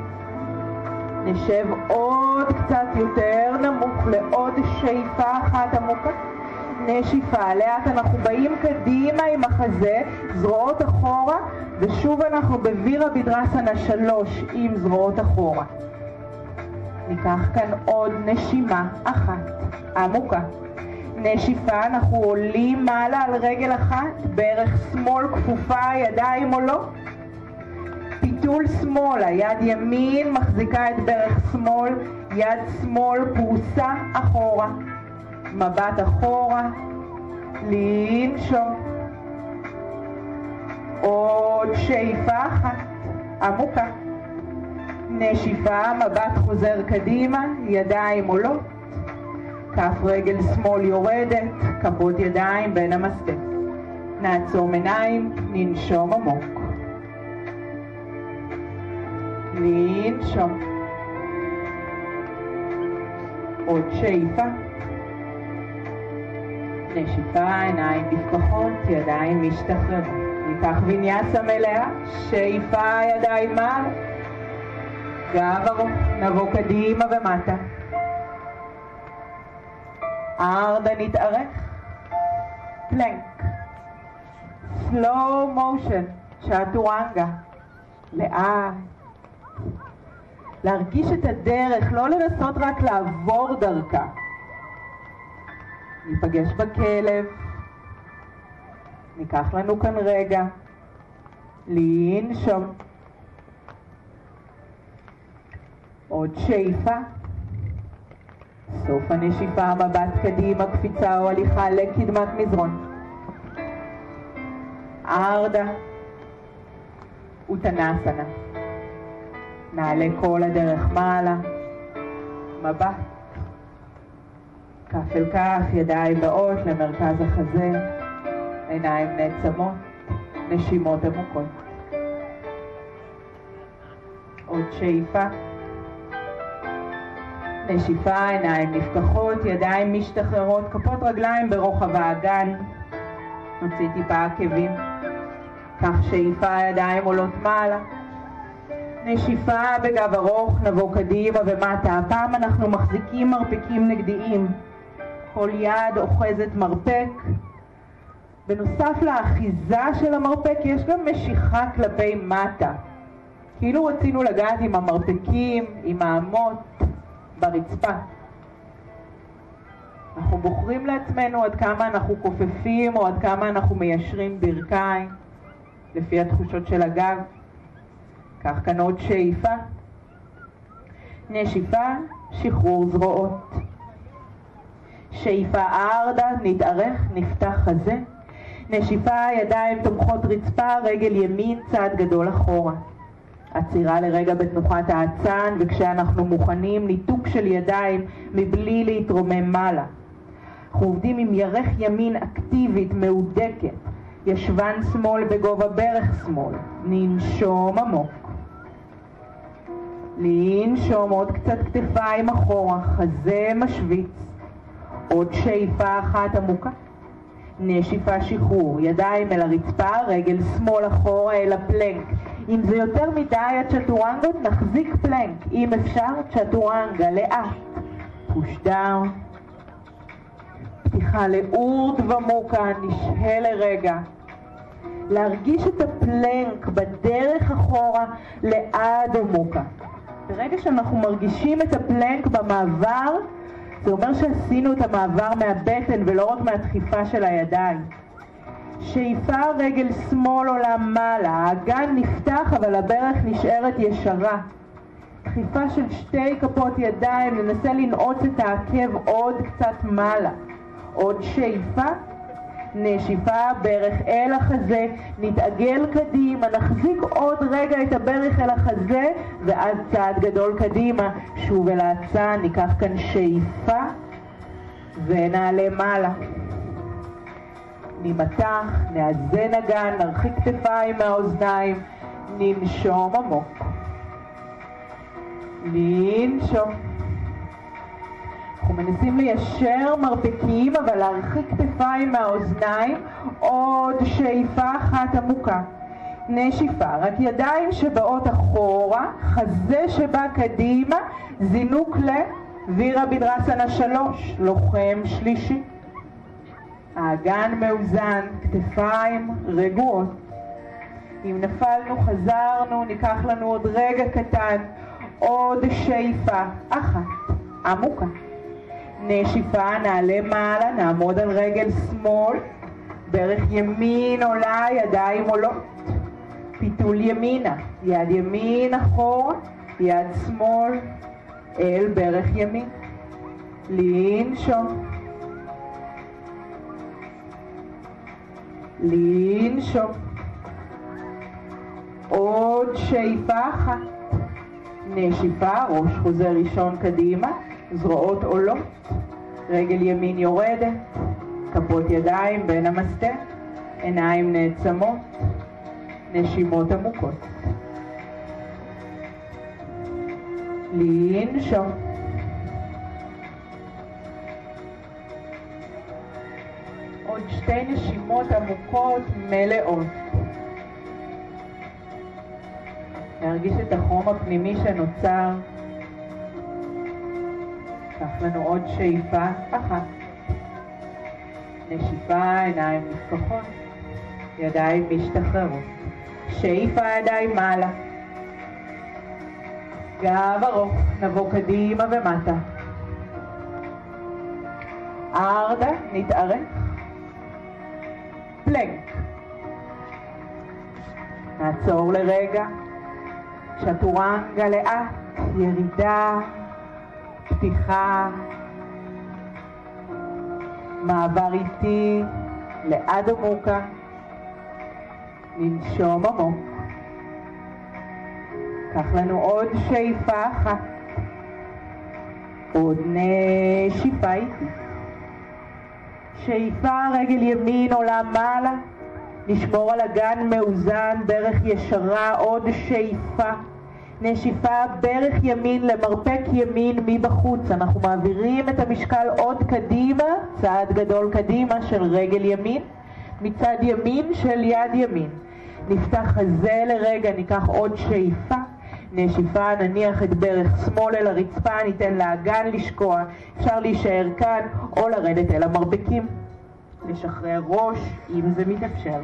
נשב עוד קצת יותר נמוך לעוד שאיפה אחת עמוקה. נשיפה, לאט אנחנו באים קדימה עם החזה, זרועות אחורה, ושוב אנחנו בווירה בדרסנה שלוש עם זרועות אחורה. ניקח כאן עוד נשימה אחת עמוקה. נשיפה, אנחנו עולים מעלה על רגל אחת, ברך שמאל כפופה, ידיים עולות. פיתוח ביטול שמאלה, יד ימין מחזיקה את ברך שמאל, יד שמאל פרוסה אחורה, מבט אחורה, לנשום. עוד שאיפה אחת, עמוקה. נשיפה, מבט חוזר קדימה, ידיים עולות, כף רגל שמאל יורדת, כפות ידיים בין המספק. נעצום עיניים, ננשום עמוק. לנשום. עוד שאיפה. נשיפה, עיניים נפקחות, ידיים משתחררות. ניקח ויניאסה מלאה, שאיפה, ידיים מעלה. גב ארוך, נבוא קדימה ומטה. ארדה נתארך. פלנק. סלואו מושן, צ'אטורנגה. לאט. להרגיש את הדרך, לא לנסות רק לעבור דרכה. ניפגש בכלב. ניקח לנו כאן רגע. לנשום. עוד שאיפה. סוף הנשיפה, מבט קדימה, קפיצה או הליכה לקדמת מזרון. ארדה. וטנסנה. נעלה כל הדרך מעלה. מבט. כף אל כף, ידיים באות למרכז החזה. עיניים נעצמות. נשימות עמוקות. עוד שאיפה. נשיפה, עיניים נפקחות, ידיים משתחררות, כפות רגליים ברוחב האגן. נוציא טיפה עקבים. כך שאיפה, ידיים עולות מעלה. נשיפה בגב ארוך, נבוא קדימה ומטה. הפעם אנחנו מחזיקים מרפקים נגדיים. כל יד אוחזת מרפק. בנוסף לאחיזה של המרפק יש גם משיכה כלפי מטה. כאילו רצינו לגעת עם המרפקים, עם האמות, ברצפה. אנחנו בוחרים לעצמנו עד כמה אנחנו כופפים או עד כמה אנחנו מיישרים ברכיים, לפי התחושות של הגב. כך כאן עוד שאיפה. נשיפה, שחרור זרועות. שאיפה ארדה, נתארך, נפתח חזה. נשיפה, ידיים תומכות רצפה, רגל ימין, צעד גדול אחורה. עצירה לרגע בתנוחת האצן, וכשאנחנו מוכנים, ניתוק של ידיים מבלי להתרומם מעלה. אנחנו עובדים עם ירך ימין אקטיבית, מהודקת. ישבן שמאל בגובה ברך שמאל. ננשום עמוק. לנשום עוד קצת כתפיים אחורה, חזה משוויץ. עוד שאיפה אחת עמוקה. נשיפה שחרור, ידיים אל הרצפה, רגל שמאל אחורה אל הפלנק. אם זה יותר מדי הצ'טורנגות, נחזיק פלנק. אם אפשר, צ'טורנגה, לאט. פוש דאון. פתיחה לאורד ומוקה, נשהה לרגע. להרגיש את הפלנק בדרך אחורה לעד ומוקה. ברגע שאנחנו מרגישים את הפלנק במעבר, זה אומר שעשינו את המעבר מהבטן ולא רק מהדחיפה של הידיים. שאיפה, רגל שמאל עולה מעלה, האגן נפתח אבל הברך נשארת ישרה. דחיפה של שתי כפות ידיים, ננסה לנעוץ את העקב עוד קצת מעלה. עוד שאיפה, נשיפה, ברך אל החזה, נתעגל קדימה, נחזיק עוד רגע את הברך אל החזה, ואז צעד גדול קדימה, שוב אל האצן, ניקח כאן שאיפה, ונעלה מעלה. נמתח, נאזן אגן, נרחיק כתפיים מהאוזניים, ננשום עמוק. ננשום. אנחנו מנסים ליישר מרפקים, אבל להרחיק כתפיים מהאוזניים. עוד שאיפה אחת עמוקה. נשיפה, רק ידיים שבאות אחורה, חזה שבא קדימה, זינוק לווירה בדרסנה שלוש, לוחם שלישי. האגן מאוזן, כתפיים רגועות. אם נפלנו, חזרנו, ניקח לנו עוד רגע קטן. עוד שאיפה אחת עמוקה. נשיפה, נעלה מעלה, נעמוד על רגל שמאל, ברך ימין עולה, ידיים עולות. פיתול ימינה, יד ימין אחורה, יד שמאל אל ברך ימין. לנשום. לנשום. עוד שאיפה אחת. נשיפה, ראש חוזר ראשון קדימה, זרועות עולות, רגל ימין יורדת, כפות ידיים בין המסתר, עיניים נעצמות, נשימות עמוקות. לנשום. עוד שתי נשימות עמוקות מלאות. להרגיש את החום הפנימי שנוצר. קח לנו עוד שאיפה אחת. נשיפה, עיניים נפקחות, ידיים משתחררות. שאיפה, ידיים מעלה. גב ארוך, נבוא קדימה ומטה. ארדה, נתארך. פלנק. נעצור לרגע. צ'טורנגה לאט, ירידה, פתיחה, מעבר איטי, לאדו מוקה, לנשום עמוק. קח לנו עוד שאיפה אחת, עוד נשיפה איטי. שאיפה, רגל ימין עולה מעלה, נשמור על הגן מאוזן, ברך ישרה, עוד שאיפה. נשיפה, ברך ימין למרפק ימין מבחוץ. אנחנו מעבירים את המשקל עוד קדימה, צעד גדול קדימה של רגל ימין, מצד ימין של יד ימין. נפתח חזה לרגע, ניקח עוד שאיפה. נשיפה, נניח את ברך שמאל אל הרצפה, ניתן לאגן לשקוע. אפשר להישאר כאן או לרדת אל המרפקים. לשחרר ראש אם זה מתאפשר.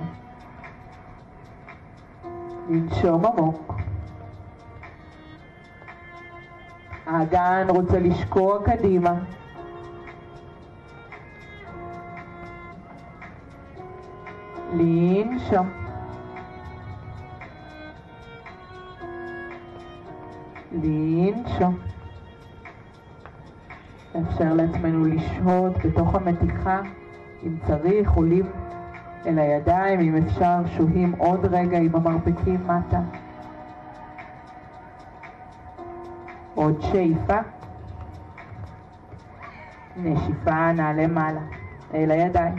לנשום עמוק. האגן רוצה לשקוע קדימה. לנשום. לנשום. אפשר לעצמנו לשהות בתוך המתיחה. אם צריך, עולים אל הידיים, אם אפשר, שוהים עוד רגע עם המרפקים מטה. עוד שאיפה. נשיפה, נעלה מעלה, אל הידיים.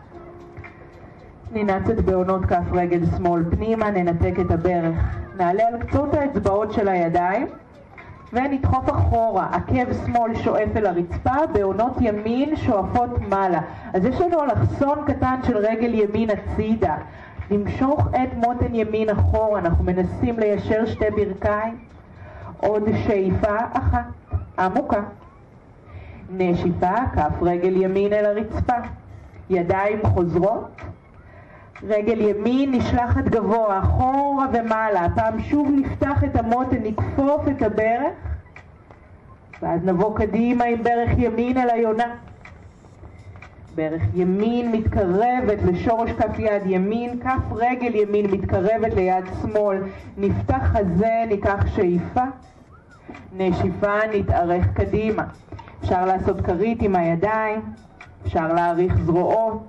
ננעץ את בעונות כף רגל שמאל פנימה, ננתק את הברך. נעלה על קצות האצבעות של הידיים, ונדחוף אחורה. עקב שמאל שואף אל הרצפה, בעונות ימין שואפות מעלה. אז יש לנו אלכסון קטן של רגל ימין הצידה. נמשוך את מותן ימין אחורה, אנחנו מנסים ליישר שתי ברכיים. עוד שאיפה אחת, עמוקה. נשיפה, כף רגל ימין אל הרצפה. ידיים חוזרות. רגל ימין נשלחת גבוה, אחורה ומעלה. הפעם שוב נפתח את המותן, נקפוף את הברך. ואז נבוא קדימה עם ברך ימין אל היונה. ברך ימין מתקרבת לשורש כף יד ימין, כף רגל ימין מתקרבת ליד שמאל. נפתח חזה, ניקח שאיפה. נשיפה, נתארך קדימה. אפשר לעשות כרית עם הידיים, אפשר להאריך זרועות.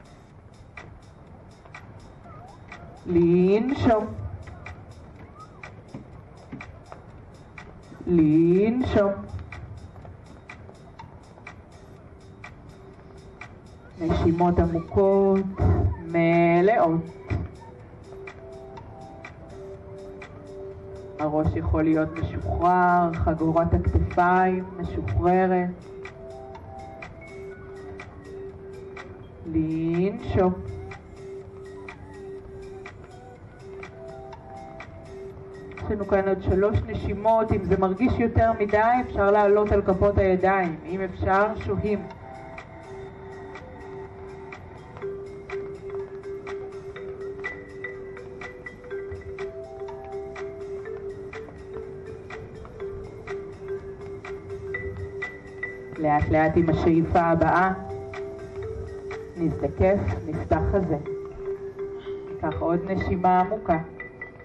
לנשום. לנשום. נשימות עמוקות, מלאות. הראש יכול להיות משוחרר, חגורת הכתפיים משוחררת. לנשום. יש לנו כאן עוד שלוש נשימות. אם זה מרגיש יותר מדי, אפשר לעלות על כפות הידיים. אם אפשר, שוהים. לאט לאט עם השאיפה הבאה נזדקף, נפתח חזה. ניקח עוד נשימה עמוקה.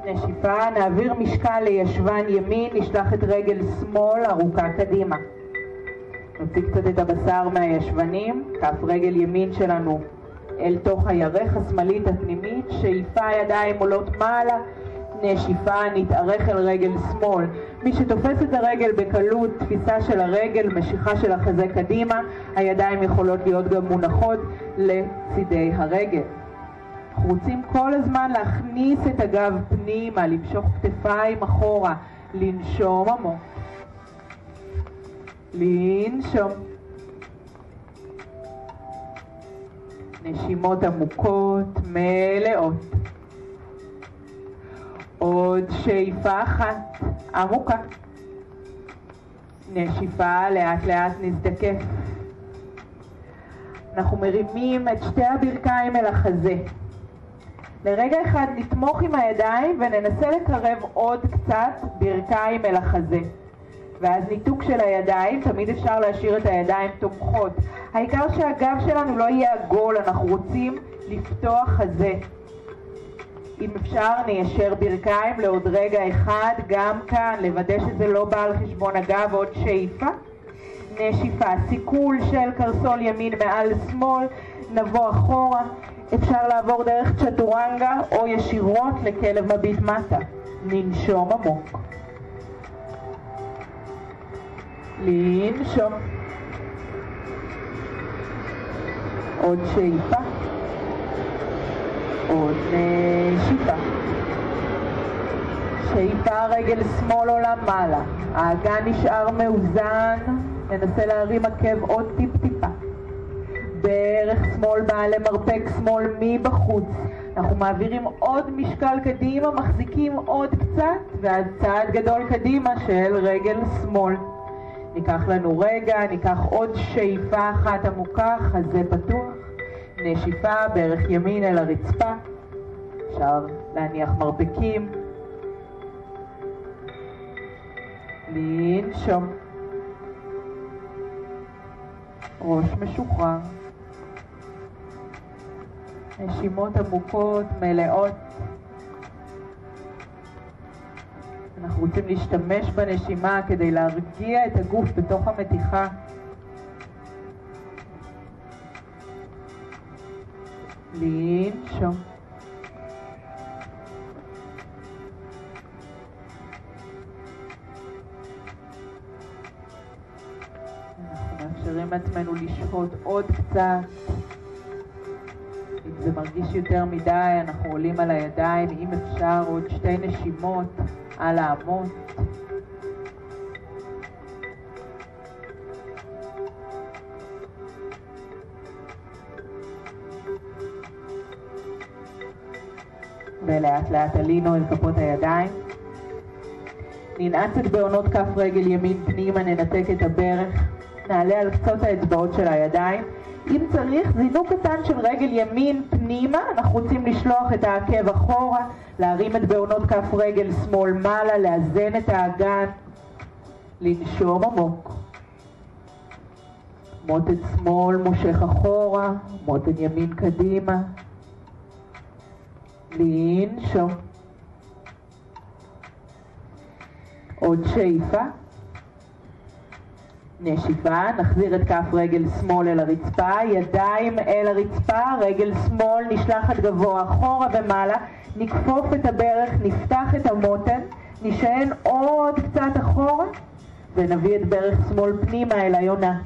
נשיפה, נעביר משקל לישבן ימין, נשלח את רגל שמאל ארוכה קדימה. נוציא קצת את הבשר מהישבנים, כף רגל ימין שלנו אל תוך הירך השמאלית הפנימית, שאיפה ידיים עולות מעלה, נשיפה, נתארך אל רגל שמאל. מי שתופס את הרגל בקלות, תפיסה של הרגל, משיכה של החזה קדימה, הידיים יכולות להיות גם מונחות לצידי הרגל. אנחנו רוצים כל הזמן להכניס את הגב פנימה, למשוך כתפיים אחורה, לנשום עמוק. לנשום. נשימות עמוקות, מלאות. עוד שאיפה אחת, עמוקה. נשיפה, לאט לאט נזדקף. אנחנו מרימים את שתי הברכיים אל החזה. לרגע אחד נתמוך עם הידיים וננסה לקרב עוד קצת ברכיים אל החזה. ואז ניתוק של הידיים, תמיד אפשר להשאיר את הידיים תומכות. העיקר שהגב שלנו לא יהיה עגול, אנחנו רוצים לפתוח חזה. אם אפשר ניישר ברכיים לעוד רגע אחד, גם כאן, לוודא שזה לא בא על חשבון הגב. עוד שאיפה, נשיפה, סיכול של קרסול ימין מעל שמאל, נבוא אחורה. אפשר לעבור דרך צ'טורנגה או ישירות לכלב מביט מטה. ננשום עמוק. לנשום. עוד שאיפה. עוד נשיפה. שאיפה, רגל שמאל עולה מעלה. האגן נשאר מאוזן. ננסה להרים עקב עוד טיפ טיפה. ברך שמאל בא למרפק שמאל מבחוץ. אנחנו מעבירים עוד משקל קדימה, מחזיקים עוד קצת, ואז צעד גדול קדימה של רגל שמאל. ניקח לנו רגע, ניקח עוד שאיפה אחת עמוקה, חזה פתוח. נשיפה, ברך ימין אל הרצפה. אפשר להניח מרפקים. לנשום. ראש משוחרר. נשימות עמוקות, מלאות. אנחנו רוצים להשתמש בנשימה כדי להרגיע את הגוף בתוך המתיחה. לנשום. אנחנו מאפשרים לעצמנו לשהות עוד קצת. אם זה מרגיש יותר מדי, אנחנו עולים על הידיים. אם אפשר, עוד שתי נשימות על העמוד. ולאט לאט עלינו אל כפות הידיים. ננעץ את בעונות כף רגל ימין פנימה, ננתק את הברך. נעלה על קצות האצבעות של הידיים. אם צריך, זינוק קטן של רגל ימין פנימה, אנחנו רוצים לשלוח את העקב אחורה, להרים את בעונות כף רגל שמאל מעלה, לאזן את האגן, לנשום עמוק. מותן שמאל מושך אחורה, מותן ימין קדימה, לנשום. עוד שאיפה. נשיפה, נחזיר את כף רגל שמאל אל הרצפה, ידיים אל הרצפה, רגל שמאל נשלחת גבוה אחורה ומעלה, נקפוף את הברך, נפתח את המותן, נשען עוד קצת אחורה ונביא את ברך שמאל פנימה אל היונה.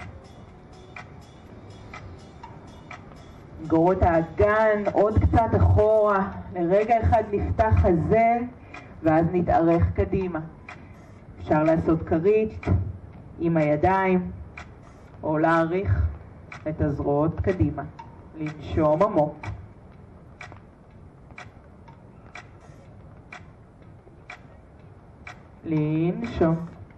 נגרור את האגן עוד קצת אחורה, לרגע אחד נפתח חזה ואז נתארך קדימה. אפשר לעשות כרית עם הידיים, או להאריך את הזרועות קדימה. לנשום עמוק. לנשום.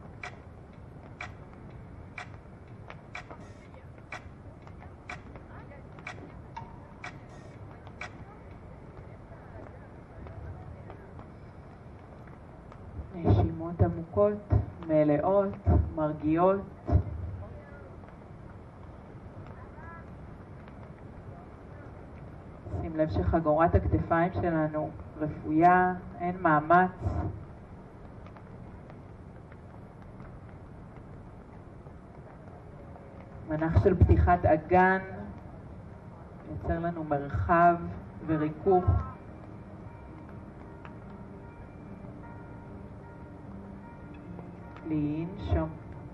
נשימות עמוקות, מלאות, מרגיעות. שים לב שחגורת הכתפיים שלנו רפויה, אין מאמץ. מנח של פתיחת אגן יוצר לנו מרחב וריכוך. לנשום.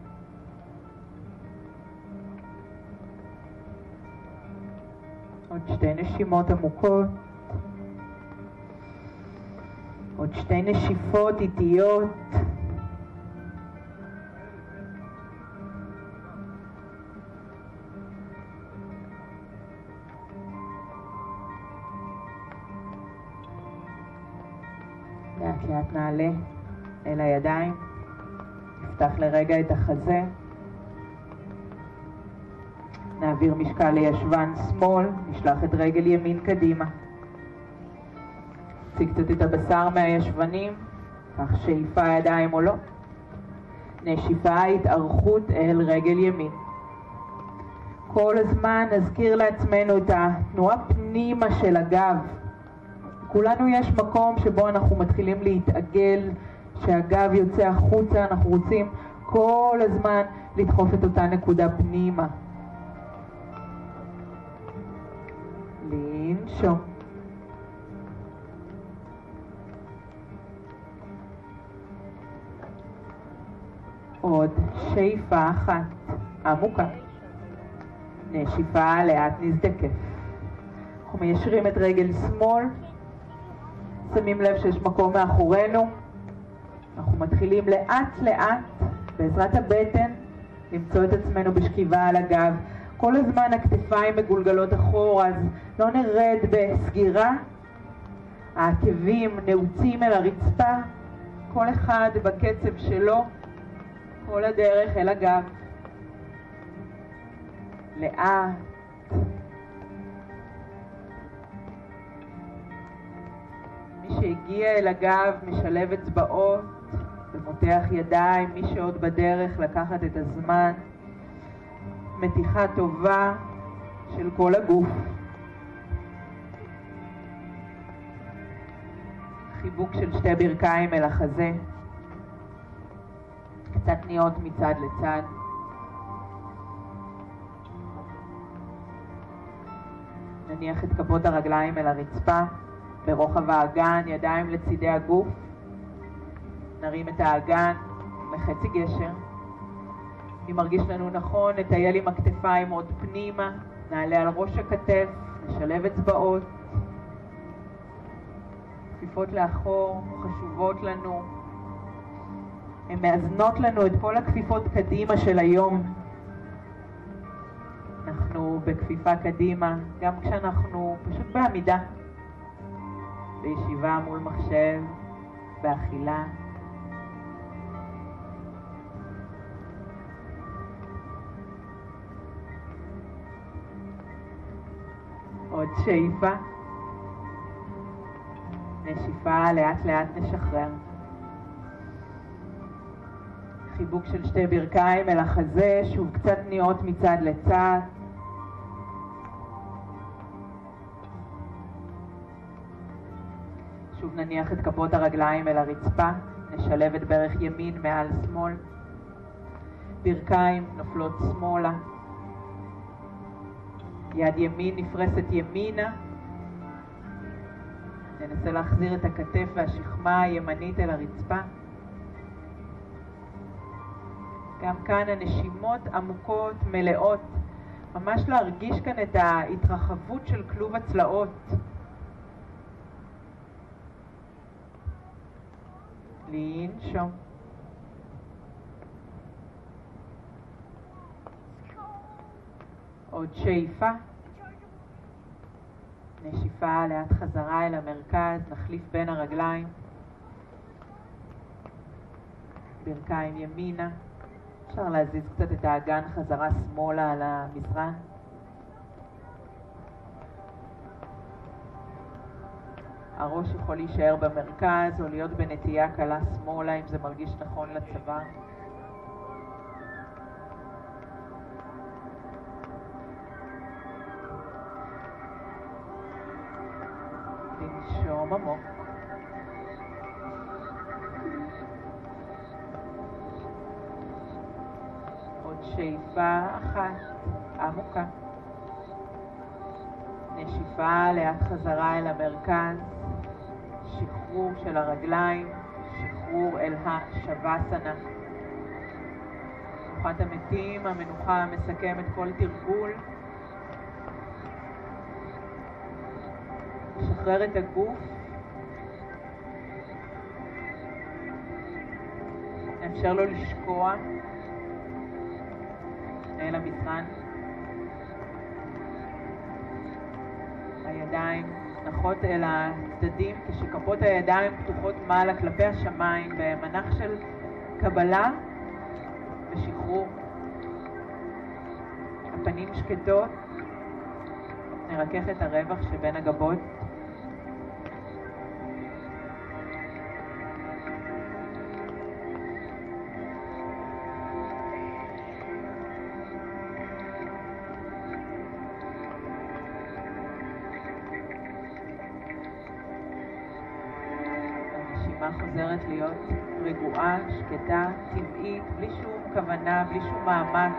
עוד שתי נשימות עמוקות. עוד שתי נשיפות איטיות. לאט לאט נעלה אל הידיים. נפתח לרגע את החזה. נעביר משקל לישבן שמאל, נשלח את רגל ימין קדימה. נוציא קצת את הבשר מהישבנים, כך שאיפה ידיים או לא. נשיפה התארכות אל רגל ימין. כל הזמן נזכיר לעצמנו את התנועה פנימה של הגב. כולנו יש מקום שבו אנחנו מתחילים להתעגל, שהגב יוצא החוצה, אנחנו רוצים כל הזמן לדחוף את אותה נקודה פנימה. לנשום. עוד שאיפה אחת עמוקה. נשיפה לאט נזדקף. אנחנו מיישרים את רגל שמאל. שמים לב שיש מקום מאחורינו. אנחנו מתחילים לאט לאט בעזרת הבטן למצוא את עצמנו בשכיבה על הגב. כל הזמן הכתפיים מגולגלות אחורה, אז לא נרד בסגירה. העקבים נעוצים אל הרצפה, כל אחד בקצב שלו, כל הדרך אל הגב. לאט. מי שהגיע אל הגב משלב אצבעות ומותח ידיים. מי שעוד בדרך לקחת את הזמן. מתיחה טובה של כל הגוף. חיבוק של שתי ברכיים אל החזה. קצת ניות מצד לצד. נניח את כפות הרגליים אל הרצפה ברוחב האגן, ידיים לצידי הגוף. נרים את האגן מחצי גשר. אם מרגיש לנו נכון, נטייל עם הכתפיים עוד פנימה, נעלה על ראש הכתף, נשלב אצבעות. כפיפות לאחור חשובות לנו. הן מאזנות לנו את כל הכפיפות קדימה של היום. אנחנו בכפיפה קדימה, גם כשאנחנו פשוט בעמידה. בישיבה מול מחשב, באכילה. עוד שאיפה. נשיפה, לאט לאט נשחרר. חיבוק של שתי ברכיים אל החזה, שוב קצת ניות מצד לצד. שוב נניח את כפות הרגליים אל הרצפה, נשלב את ברך ימין מעל שמאל. ברכיים נופלות שמאלה. יד ימין נפרסת ימינה. ננסה להחזיר את הכתף והשכמה הימנית אל הרצפה. גם כאן הנשימות עמוקות, מלאות. ממש להרגיש כאן את ההתרחבות של כלוב הצלעות. לנשום. עוד שאיפה. נשיפה לאט חזרה אל המרכז, נחליף בין הרגליים. ברכיים ימינה. אפשר להזיז קצת את האגן חזרה שמאלה על המזרן. הראש יכול להישאר במרכז או להיות בנטייה קלה שמאלה אם זה מרגיש נכון לצוואר. נשום עמוק. עוד שאיפה אחת עמוקה. נשיפה לאט חזרה אל המרכז. שחרור של הרגליים, שחרור אל השוואסנה. מנוחת המתים, המנוחה המסכמת כל תרגול. שחרר את הגוף. נאפשר לו לשקוע אל המזרן. הידיים נחות אל הצדדים כשכפות הידיים פתוחות מעלה כלפי השמיים במנח של קבלה ושחרור. הפנים שקטות. נרכך את הרווח שבין הגבות. חוזרת להיות רגועה, שקטה, טבעית, בלי שום כוונה, בלי שום מאמץ.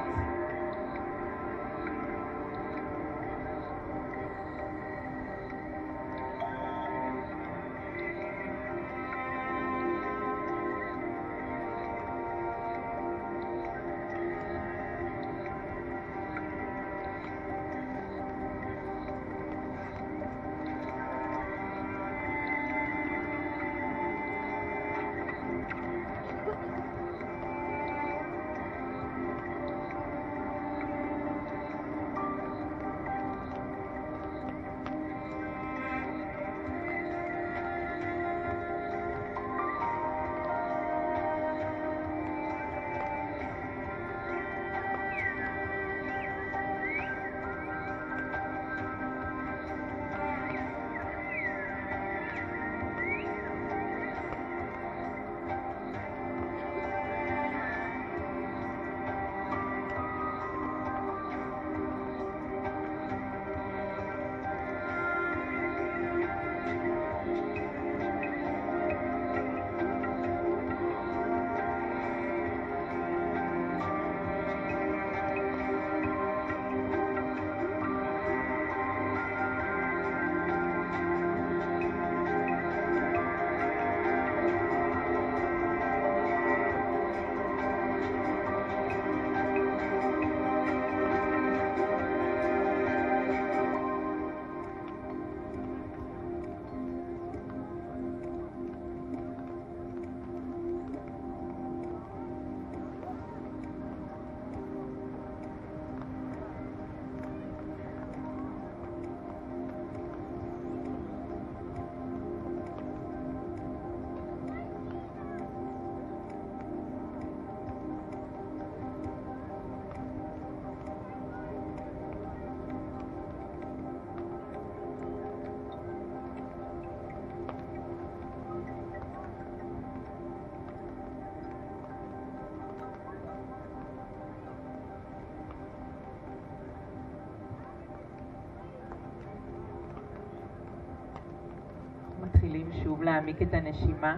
מתחילים שוב להעמיק את הנשימה.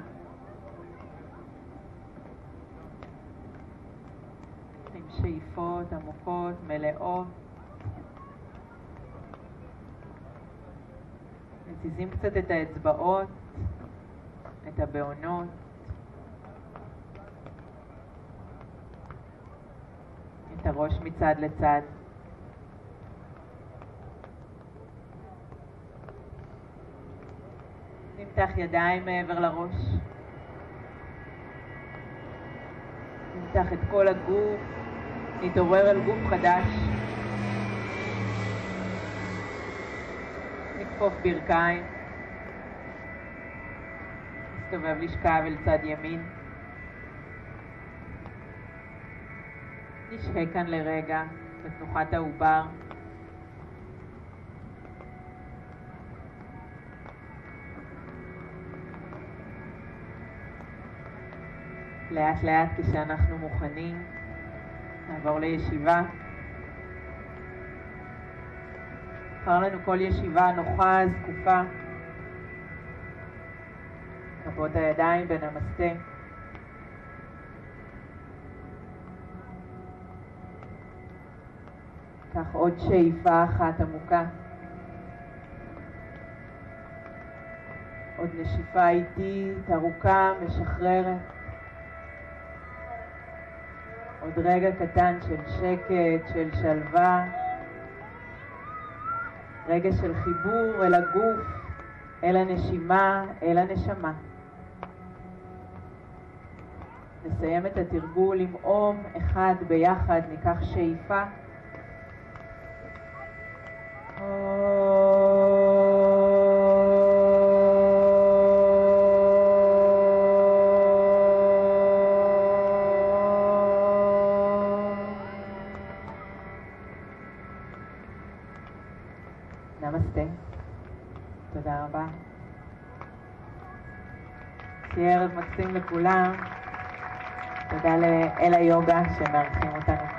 עם שאיפות עמוקות, מלאות. מזיזים קצת את האצבעות, את הבעונות. את הראש מצד לצד. נמתח ידיים מעבר לראש. נמתח את כל הגוף. נתעורר על גוף חדש. נכפוף ברכיים. נסתובב לשכב אל צד ימין. נשהה כאן לרגע בתנוחת העובר. לאט לאט כשאנחנו מוכנים, נעבור לישיבה. בחר לנו כל ישיבה נוחה, זקופה. כפות הידיים ונמסטה. קח עוד שאיפה אחת עמוקה. עוד נשיפה איטית, ארוכה, משחררת. עוד רגע קטן של שקט, של שלווה. רגע של חיבור אל הגוף, אל הנשימה, אל הנשמה. נסיים את התרגול עם אום אחד ביחד, ניקח שאיפה. נמסטה. תודה רבה. שיהיה ערב מקסים לכולם. תודה לאל היוגה שמארחים אותנו.